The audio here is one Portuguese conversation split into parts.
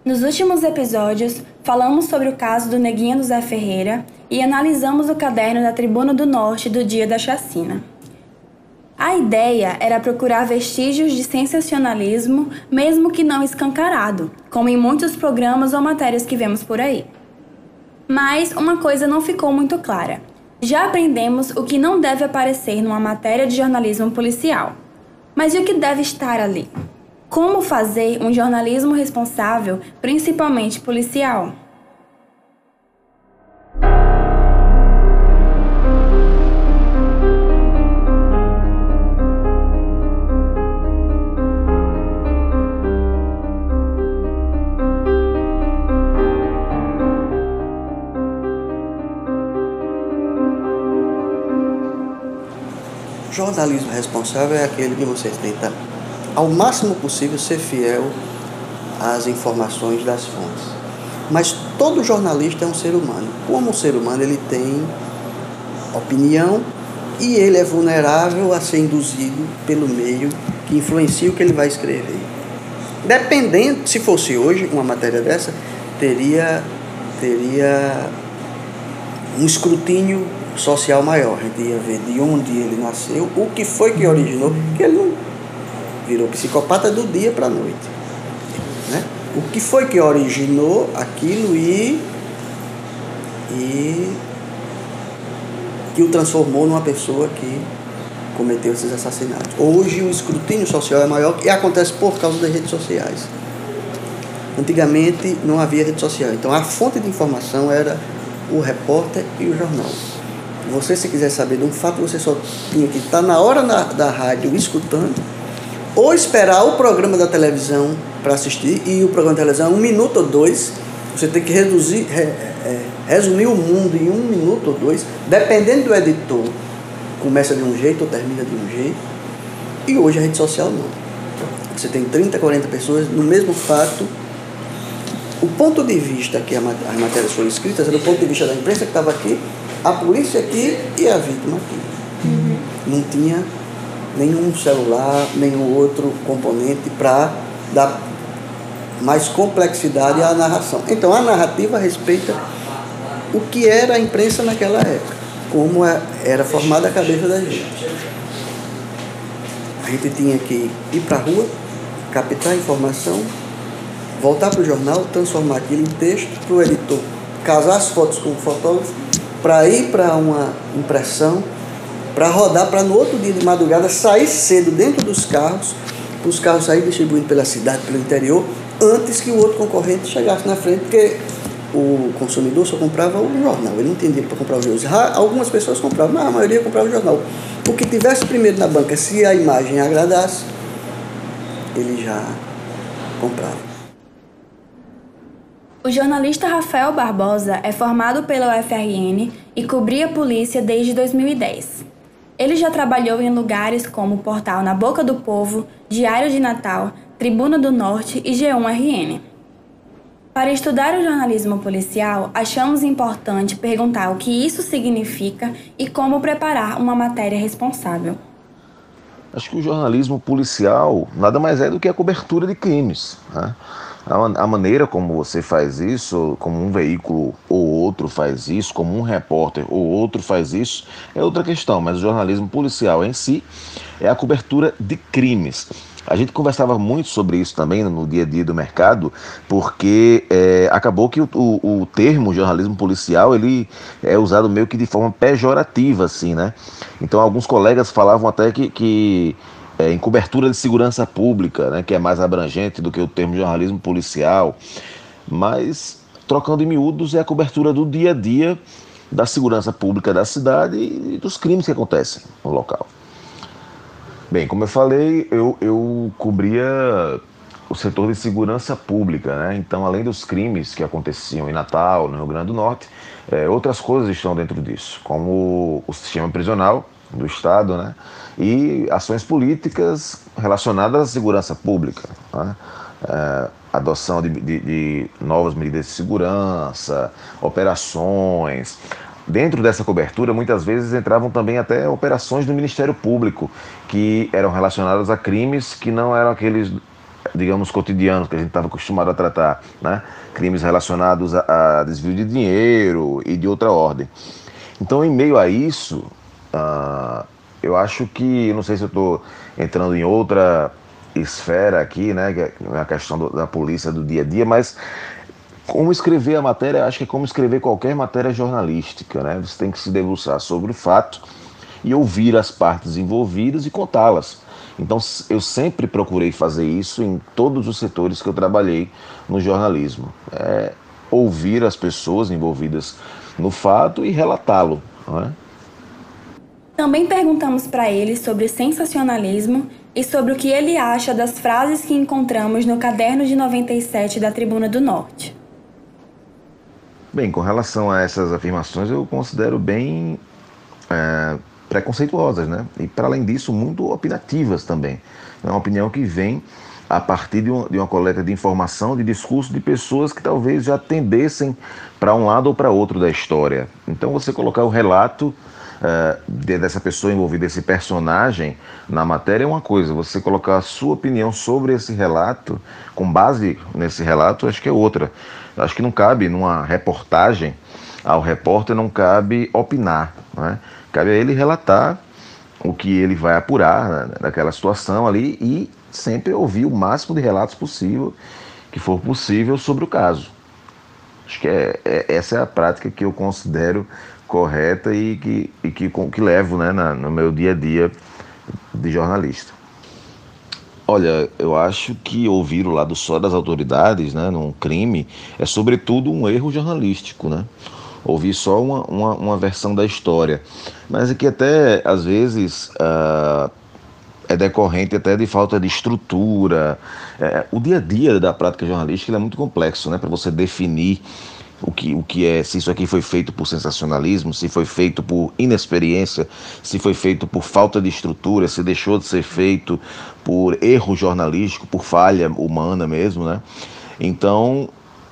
Nos últimos episódios, falamos sobre o caso do Neguinho do Zé Ferreira e analisamos o caderno da Tribuna do Norte do dia da chacina. A ideia era procurar vestígios de sensacionalismo, mesmo que não escancarado, como em muitos programas ou matérias que vemos por aí. Mas uma coisa não ficou muito clara. Já aprendemos o que não deve aparecer numa matéria de jornalismo policial. Mas e o que deve estar ali? Como fazer um jornalismo responsável, principalmente policial? Jornalismo responsável é aquele que você tenta, ao máximo possível, ser fiel às informações das fontes. Mas todo jornalista é um ser humano. Como ser humano, ele tem opinião e ele é vulnerável a ser induzido pelo meio que influencia o que ele vai escrever. Dependendo, se fosse hoje uma matéria dessa, teria um escrutínio social maior. A gente ia ver de onde ele nasceu, o que foi que originou, que ele não virou psicopata do dia para a noite, né? O que foi que originou aquilo e que o transformou numa pessoa que cometeu esses assassinatos. Hoje o escrutínio social é maior e acontece por causa das redes sociais. Antigamente não havia rede social, então a fonte de informação era o repórter e o jornal. Você, se quiser saber de um fato, você só tinha que estar na hora da rádio escutando, ou esperar o programa da televisão para assistir, e o programa da televisão é 1 minuto ou 2, você tem que resumir o mundo em 1 minuto ou 2, dependendo do editor, começa de um jeito ou termina de um jeito, e hoje a rede social não. Você tem 30, 40 pessoas no mesmo fato. O ponto de vista que as matérias foram escritas era o ponto de vista da imprensa que estava aqui, a polícia aqui e a vítima aqui. Não tinha nenhum celular, nenhum outro componente para dar mais complexidade à narração. Então a narrativa respeita o que era a imprensa naquela época, como era formada a cabeça da gente. A gente tinha que ir para a rua, captar a informação, voltar para o jornal, transformar aquilo em texto, para o editor casar as fotos com o fotógrafo, para ir para uma impressão, para rodar, para no outro dia de madrugada sair cedo dentro dos carros, para os carros saírem distribuindo pela cidade, pelo interior, antes que o outro concorrente chegasse na frente, porque o consumidor só comprava o jornal, ele não tinha dinheiro para comprar os jornais. Algumas pessoas compravam, mas a maioria comprava o jornal. O que tivesse primeiro na banca, se a imagem agradasse, ele já comprava. O jornalista Rafael Barbosa é formado pela UFRN e cobria a polícia desde 2010. Ele já trabalhou em lugares como o portal Na Boca do Povo, Diário de Natal, Tribuna do Norte e G1RN. Para estudar o jornalismo policial, achamos importante perguntar o que isso significa e como preparar uma matéria responsável. Acho que o jornalismo policial nada mais é do que a cobertura de crimes, né? A maneira como você faz isso, como um veículo ou outro faz isso, como um repórter ou outro faz isso, é outra questão, mas o jornalismo policial em si é a cobertura de crimes. A gente conversava muito sobre isso também no dia a dia do mercado, porque acabou que o termo jornalismo policial ele é usado meio que de forma pejorativa, assim, né? Então alguns colegas falavam até que em cobertura de segurança pública, né, que é mais abrangente do que o termo jornalismo policial, mas, trocando em miúdos, é a cobertura do dia a dia da segurança pública da cidade e dos crimes que acontecem no local. Bem, como eu falei, eu cobria o setor de segurança pública, né? Então, além dos crimes que aconteciam em Natal, no Rio Grande do Norte, outras coisas estão dentro disso, como o sistema prisional do Estado, né? E ações políticas relacionadas à segurança pública, né? Adoção de novas medidas de segurança, operações. Dentro dessa cobertura, muitas vezes entravam também até operações do Ministério Público, que eram relacionadas a crimes que não eram aqueles digamos, cotidianos que a gente estava acostumado a tratar, né? Crimes relacionados a desvio de dinheiro e de outra ordem. Então, em meio a isso, eu acho que, não sei se eu estou entrando em outra esfera aqui, né, que é a questão da polícia do dia a dia, mas como escrever a matéria, acho que é como escrever qualquer matéria jornalística, né? Você tem que se debruçar sobre o fato e ouvir as partes envolvidas e contá-las. Então, eu sempre procurei fazer isso em todos os setores que eu trabalhei no jornalismo. Ouvir as pessoas envolvidas no fato e relatá-lo, não é? Também perguntamos para ele sobre sensacionalismo e sobre o que ele acha das frases que encontramos no caderno de 97 da Tribuna do Norte. Bem, com relação a essas afirmações, eu considero bem preconceituosas, né? E, para além disso, muito opinativas também. É uma opinião que vem a partir de uma coleta de informação, de discurso de pessoas que talvez já tendessem para um lado ou para outro da história. Então, você colocar o relato dessa pessoa envolvida, esse personagem, na matéria é uma coisa. Você colocar a sua opinião sobre esse relato, com base nesse relato, acho que é outra. Acho que não cabe numa reportagem, ao repórter não cabe opinar, né? Cabe a ele relatar o que ele vai apurar naquela situação ali e sempre ouvir o máximo de relatos possível, que for possível, sobre o caso. Acho que essa é a prática que eu considero correta e que levo, né, no meu dia a dia de jornalista. Olha, eu acho que ouvir o lado só das autoridades, né, num crime é sobretudo um erro jornalístico, né? Ouvir só uma versão da história, mas é que até às vezes é decorrente até de falta de estrutura. O dia a dia da prática jornalística ele é muito complexo, né, para você definir o que é, se isso aqui foi feito por sensacionalismo, se foi feito por inexperiência, se foi feito por falta de estrutura, se deixou de ser feito por erro jornalístico, por falha humana mesmo, né? Então,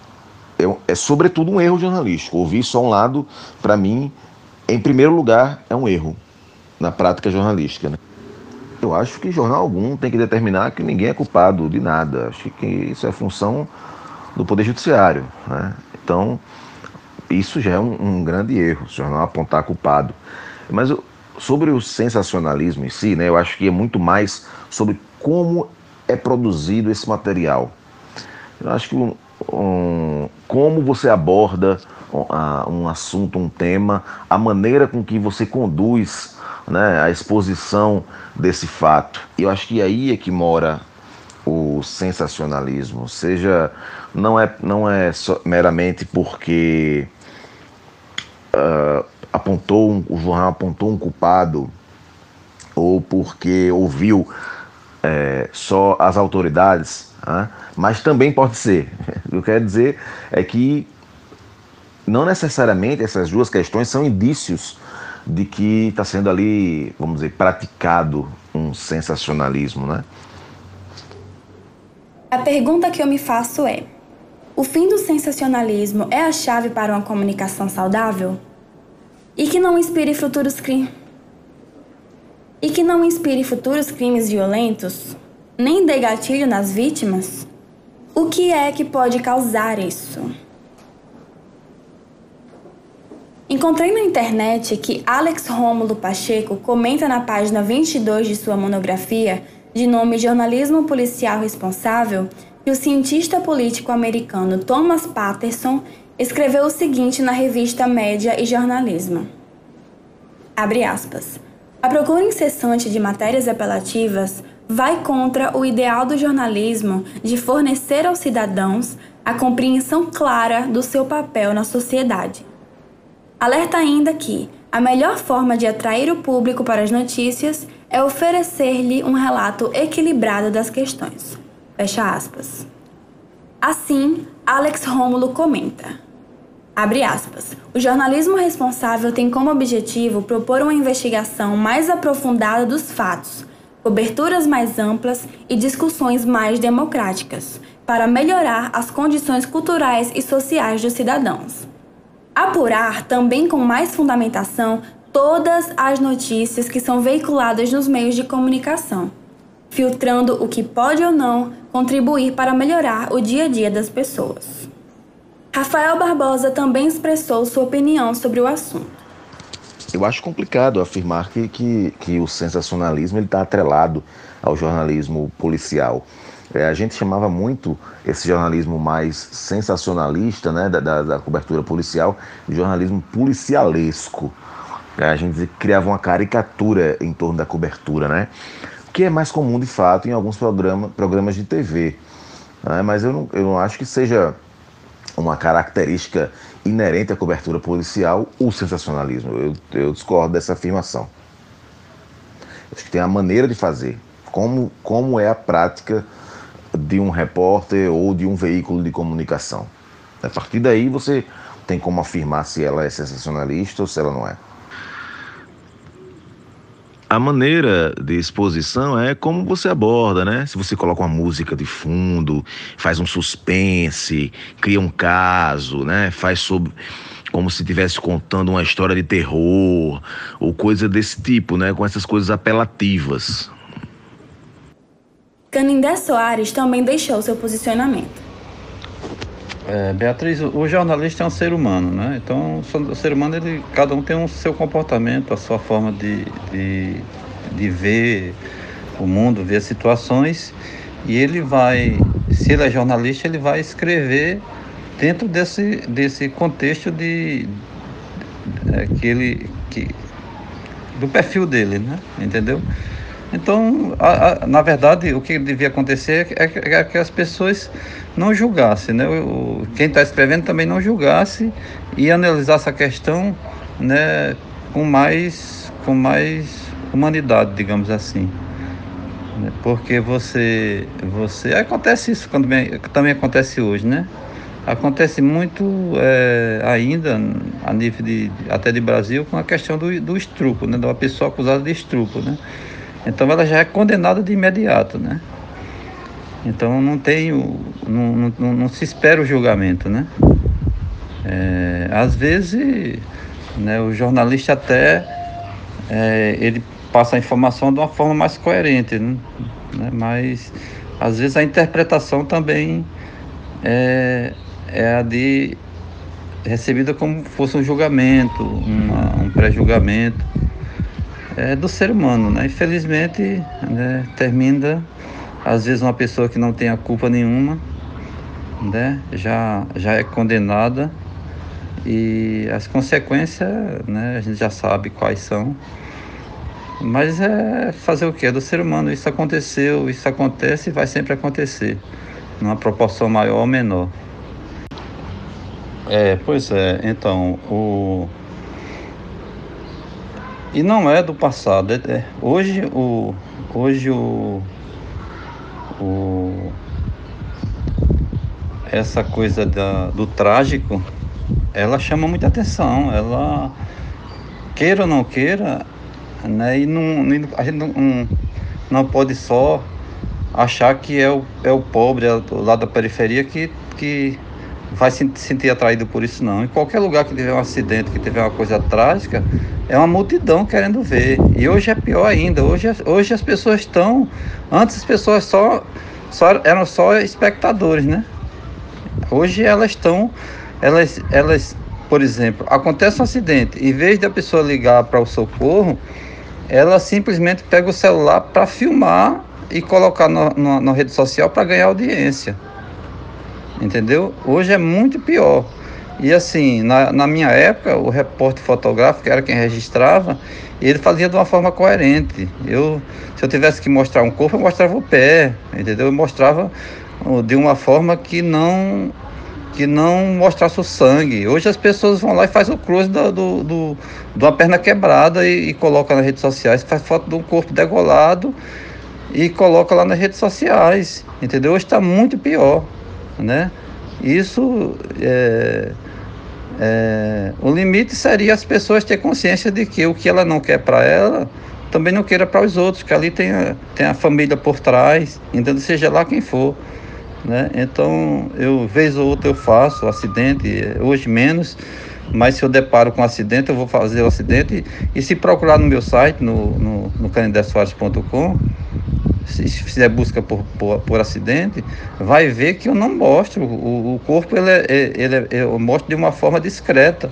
é sobretudo um erro jornalístico. Ouvir só um lado, para mim, em primeiro lugar, é um erro na prática jornalística, né? Eu acho que jornal algum tem que determinar que ninguém é culpado de nada. Acho que isso é função do Poder Judiciário, né? Então, isso já é um grande erro, se o jornal apontar culpado. Mas sobre o sensacionalismo em si, né, eu acho que é muito mais sobre como é produzido esse material. Eu acho que como você aborda um assunto, um tema, a maneira com que você conduz, né, a exposição desse fato. Eu acho que aí é que mora o sensacionalismo, seja, não é meramente porque o jornal apontou um culpado ou porque ouviu só as autoridades, mas também pode ser. O que eu quero dizer é que não necessariamente essas duas questões são indícios de que está sendo ali, vamos dizer, praticado um sensacionalismo, né? A pergunta que eu me faço é: o fim do sensacionalismo é a chave para uma comunicação saudável? E que não inspire futuros crimes violentos? Nem dê gatilho nas vítimas? O que é que pode causar isso? Encontrei na internet que Alex Rômulo Pacheco comenta na página 22 de sua monografia, de nome Jornalismo Policial Responsável, que o cientista político americano Thomas Patterson escreveu o seguinte na revista Média e Jornalismo. Abre aspas. A procura incessante de matérias apelativas vai contra o ideal do jornalismo de fornecer aos cidadãos a compreensão clara do seu papel na sociedade. Alerta ainda que a melhor forma de atrair o público para as notícias é oferecer-lhe um relato equilibrado das questões. Fecha aspas. Assim, Alex Rômulo comenta. Abre aspas. O jornalismo responsável tem como objetivo propor uma investigação mais aprofundada dos fatos, coberturas mais amplas e discussões mais democráticas, para melhorar as condições culturais e sociais dos cidadãos. Apurar também com mais fundamentação todas as notícias que são veiculadas nos meios de comunicação. filtrando o que pode ou não contribuir para melhorar o dia a dia das pessoas. Rafael Barbosa também expressou sua opinião sobre o assunto. Eu acho complicado afirmar que o sensacionalismo está atrelado ao jornalismo policial. A gente chamava muito esse jornalismo mais sensacionalista, né, da cobertura policial, de jornalismo policialesco. A gente criava uma caricatura em torno da cobertura, né, que é mais comum, de fato, em alguns programas de TV. Né, mas eu não acho que seja uma característica inerente à cobertura policial o sensacionalismo. Eu discordo dessa afirmação. Acho que tem a maneira de fazer, como é a prática de um repórter ou de um veículo de comunicação. A partir daí você tem como afirmar se ela é sensacionalista ou se ela não é. A maneira de exposição é como você aborda, né? Se você coloca uma música de fundo, faz um suspense, cria um caso, né? Faz sobre como se estivesse contando uma história de terror ou coisa desse tipo, né? Com essas coisas apelativas. Canindé Soares também deixou seu posicionamento. Beatriz, o jornalista é um ser humano, né? Então, o ser humano, cada um tem o seu comportamento, a sua forma de ver o mundo, ver situações, e ele vai, se ele é jornalista, ele vai escrever dentro desse contexto do perfil dele, né? Entendeu? Então, na verdade, o que devia acontecer é que as pessoas não julgassem, né? Quem está escrevendo também não julgasse e analisasse a questão, né, com mais humanidade, digamos assim. Porque acontece isso, também acontece hoje, né? Acontece muito ainda, a nível até de Brasil, com a questão do estupro, né? De uma pessoa acusada de estupro, né? Então ela já é condenada de imediato, né? Então não se espera o julgamento, né? Às vezes, né, o jornalista até ele passa a informação de uma forma mais coerente, né? Mas às vezes a interpretação também é a de recebida como fosse um julgamento, um pré-julgamento. Do ser humano, né? Infelizmente, né, termina, às vezes, uma pessoa que não tem a culpa nenhuma, né, já é condenada, e as consequências, né, a gente já sabe quais são, mas fazer o quê? É do ser humano. Isso aconteceu, isso acontece e vai sempre acontecer, numa proporção maior ou menor. Então, e não é do passado. Hoje essa coisa do trágico, ela chama muita atenção. Ela, queira ou não queira, né? E a gente não pode só achar que é o pobre lá da periferia que vai se sentir atraído por isso, não. Em qualquer lugar que tiver um acidente, que tiver uma coisa trágica, é uma multidão querendo ver. E hoje é pior ainda. Hoje as pessoas estão... Antes as pessoas eram só espectadores, né? Hoje elas estão... Elas, por exemplo, acontece um acidente, em vez da pessoa ligar para o socorro, ela simplesmente pega o celular para filmar e colocar na rede social para ganhar audiência. Entendeu? Hoje é muito pior. E assim, na minha época, o repórter fotográfico era quem registrava, e ele fazia de uma forma coerente. Se eu tivesse que mostrar um corpo, eu mostrava o pé, entendeu? Eu mostrava de uma forma que não mostrasse o sangue. Hoje as pessoas vão lá e fazem o close de uma perna quebrada e coloca nas redes sociais, faz foto de um corpo degolado e coloca lá nas redes sociais, entendeu? Hoje está muito pior, né? Isso o limite seria as pessoas ter consciência de que o que ela não quer para ela também não queira para os outros, que ali tem a família por trás, entendeu? Seja lá quem for, né? Então, vez ou outra eu faço acidente, hoje menos, mas se eu deparo com um acidente, eu vou fazer o acidente, e se procurar no meu site, no canindésoares.com, se fizer busca por acidente, vai ver que eu não mostro. O corpo eu mostro de uma forma discreta.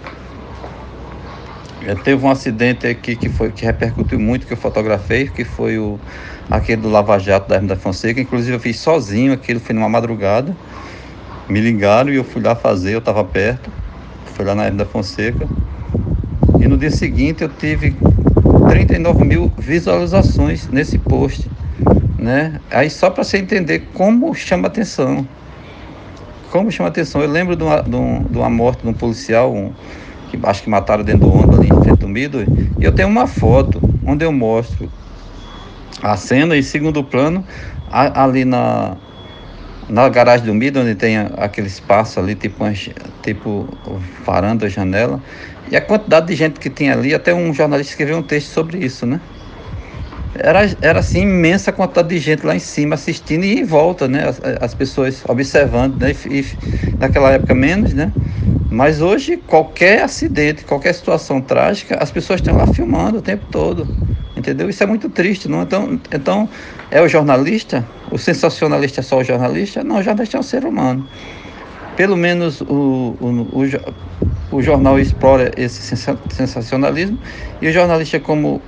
Teve um acidente aqui que repercutiu muito, que eu fotografei, que foi aquele do Lava Jato da Hermes da Fonseca. Inclusive eu fiz sozinho, aquilo foi numa madrugada. Me ligaram e eu fui lá fazer, eu estava perto. Fui lá na Hermes da Fonseca. E no dia seguinte eu tive 39 mil visualizações nesse post, né? Aí só para você entender como chama atenção. Como chama atenção. Eu lembro de uma morte de um policial, que acho que mataram dentro do ônibus ali em frente do Midway, e eu tenho uma foto onde eu mostro a cena em segundo plano, ali na garagem do Midway, onde tem aquele espaço ali, tipo varanda, janela, e a quantidade de gente que tinha ali, até um jornalista escreveu um texto sobre isso, né? Era assim, imensa quantidade de gente lá em cima assistindo e em volta, né? As pessoas observando, né? E naquela época menos, né? Mas hoje, qualquer acidente, qualquer situação trágica, as pessoas estão lá filmando o tempo todo, entendeu? Isso é muito triste, não? Então é o jornalista? O sensacionalista é só o jornalista? Não, o jornalista é um ser humano. Pelo menos o jornal explora esse sensacionalismo, e o jornalista como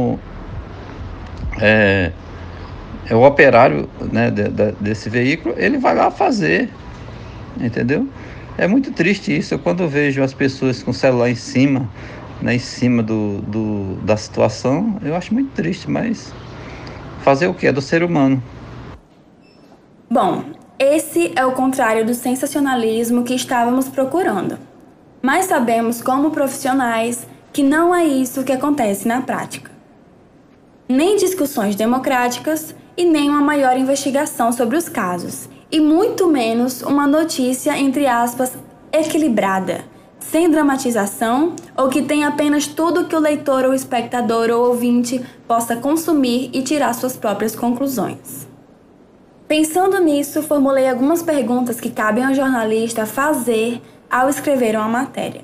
é o operário, né, desse veículo, ele vai lá fazer, entendeu? É muito triste isso. Eu, quando vejo as pessoas com o celular em cima, né, em cima da situação, eu acho muito triste, mas fazer o quê? É do ser humano. Bom, esse é o contrário do sensacionalismo que estávamos procurando. Mas sabemos, como profissionais, que não é isso que acontece na prática. Nem discussões democráticas e nem uma maior investigação sobre os casos, e muito menos uma notícia, entre aspas, equilibrada, sem dramatização ou que tenha apenas tudo que o leitor ou espectador ou ouvinte possa consumir e tirar suas próprias conclusões. Pensando nisso, formulei algumas perguntas que cabem ao jornalista fazer ao escrever uma matéria.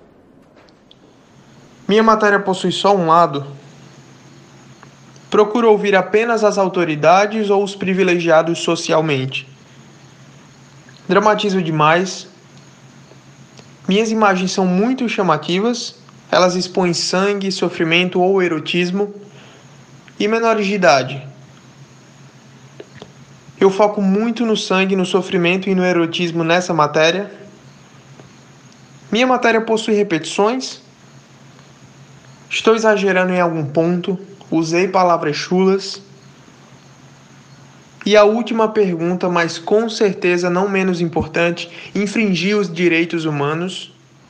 Minha matéria possui só um lado? Procuro ouvir apenas as autoridades ou os privilegiados socialmente? Dramatizo demais? Minhas imagens são muito chamativas? Elas expõem sangue, sofrimento ou erotismo? E menores de idade? Eu foco muito no sangue, no sofrimento e no erotismo nessa matéria? Minha matéria possui repetições? Estou exagerando em algum ponto? Usei palavras chulas? E a última pergunta, mas com certeza não menos importante: infringi os direitos humanos?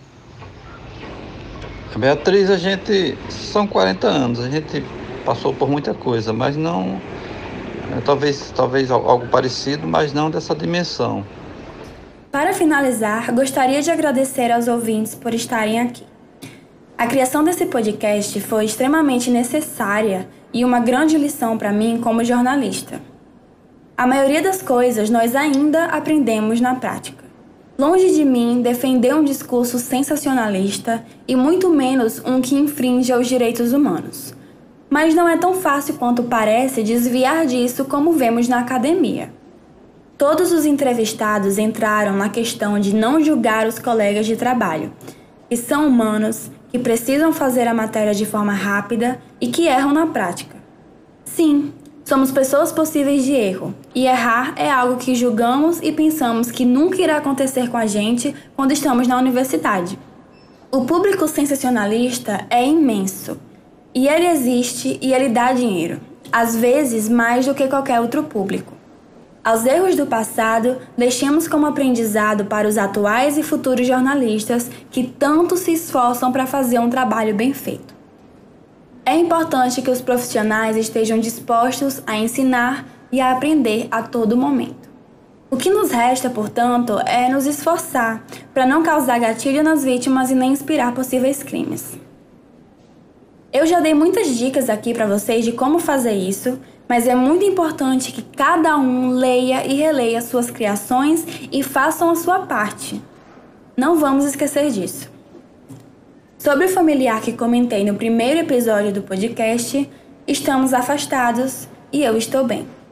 Beatriz, são 40 anos, a gente passou por muita coisa, mas não, talvez algo parecido, mas não dessa dimensão. Para finalizar, gostaria de agradecer aos ouvintes por estarem aqui. A criação desse podcast foi extremamente necessária e uma grande lição para mim como jornalista. A maioria das coisas nós ainda aprendemos na prática. Longe de mim defender um discurso sensacionalista e muito menos um que infringe os direitos humanos. Mas não é tão fácil quanto parece desviar disso como vemos na academia. Todos os entrevistados entraram na questão de não julgar os colegas de trabalho, que são humanos, que precisam fazer a matéria de forma rápida e que erram na prática. Sim, somos pessoas possíveis de erro, e errar é algo que julgamos e pensamos que nunca irá acontecer com a gente quando estamos na universidade. O público sensacionalista é imenso, e ele existe e ele dá dinheiro, às vezes mais do que qualquer outro público. Aos erros do passado, deixemos como aprendizado para os atuais e futuros jornalistas que tanto se esforçam para fazer um trabalho bem feito. É importante que os profissionais estejam dispostos a ensinar e a aprender a todo momento. O que nos resta, portanto, é nos esforçar para não causar gatilho nas vítimas e nem inspirar possíveis crimes. Eu já dei muitas dicas aqui para vocês de como fazer isso, mas é muito importante que cada um leia e releia suas criações e façam a sua parte. Não vamos esquecer disso. Sobre o familiar que comentei no primeiro episódio do podcast, estamos afastados e eu estou bem.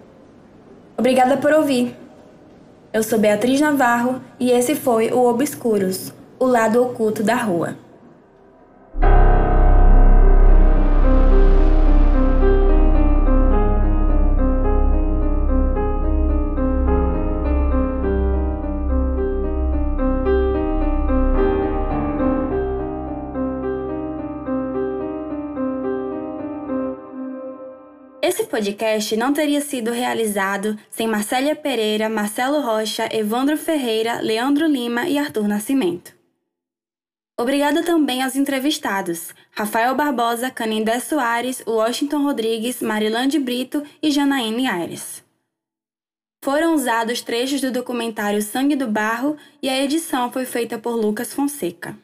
Obrigada por ouvir. Eu sou Beatriz Navarro e esse foi o Obscuros, o lado oculto da rua. Esse podcast não teria sido realizado sem Marcélia Pereira, Marcelo Rocha, Evandro Ferreira, Leandro Lima e Arthur Nascimento. Obrigada também aos entrevistados, Rafael Barbosa, Canindé Soares, Washington Rodrigues, Marilande Brito e Janaíne Aires. Foram usados trechos do documentário Sangue do Barro e a edição foi feita por Lucas Fonseca.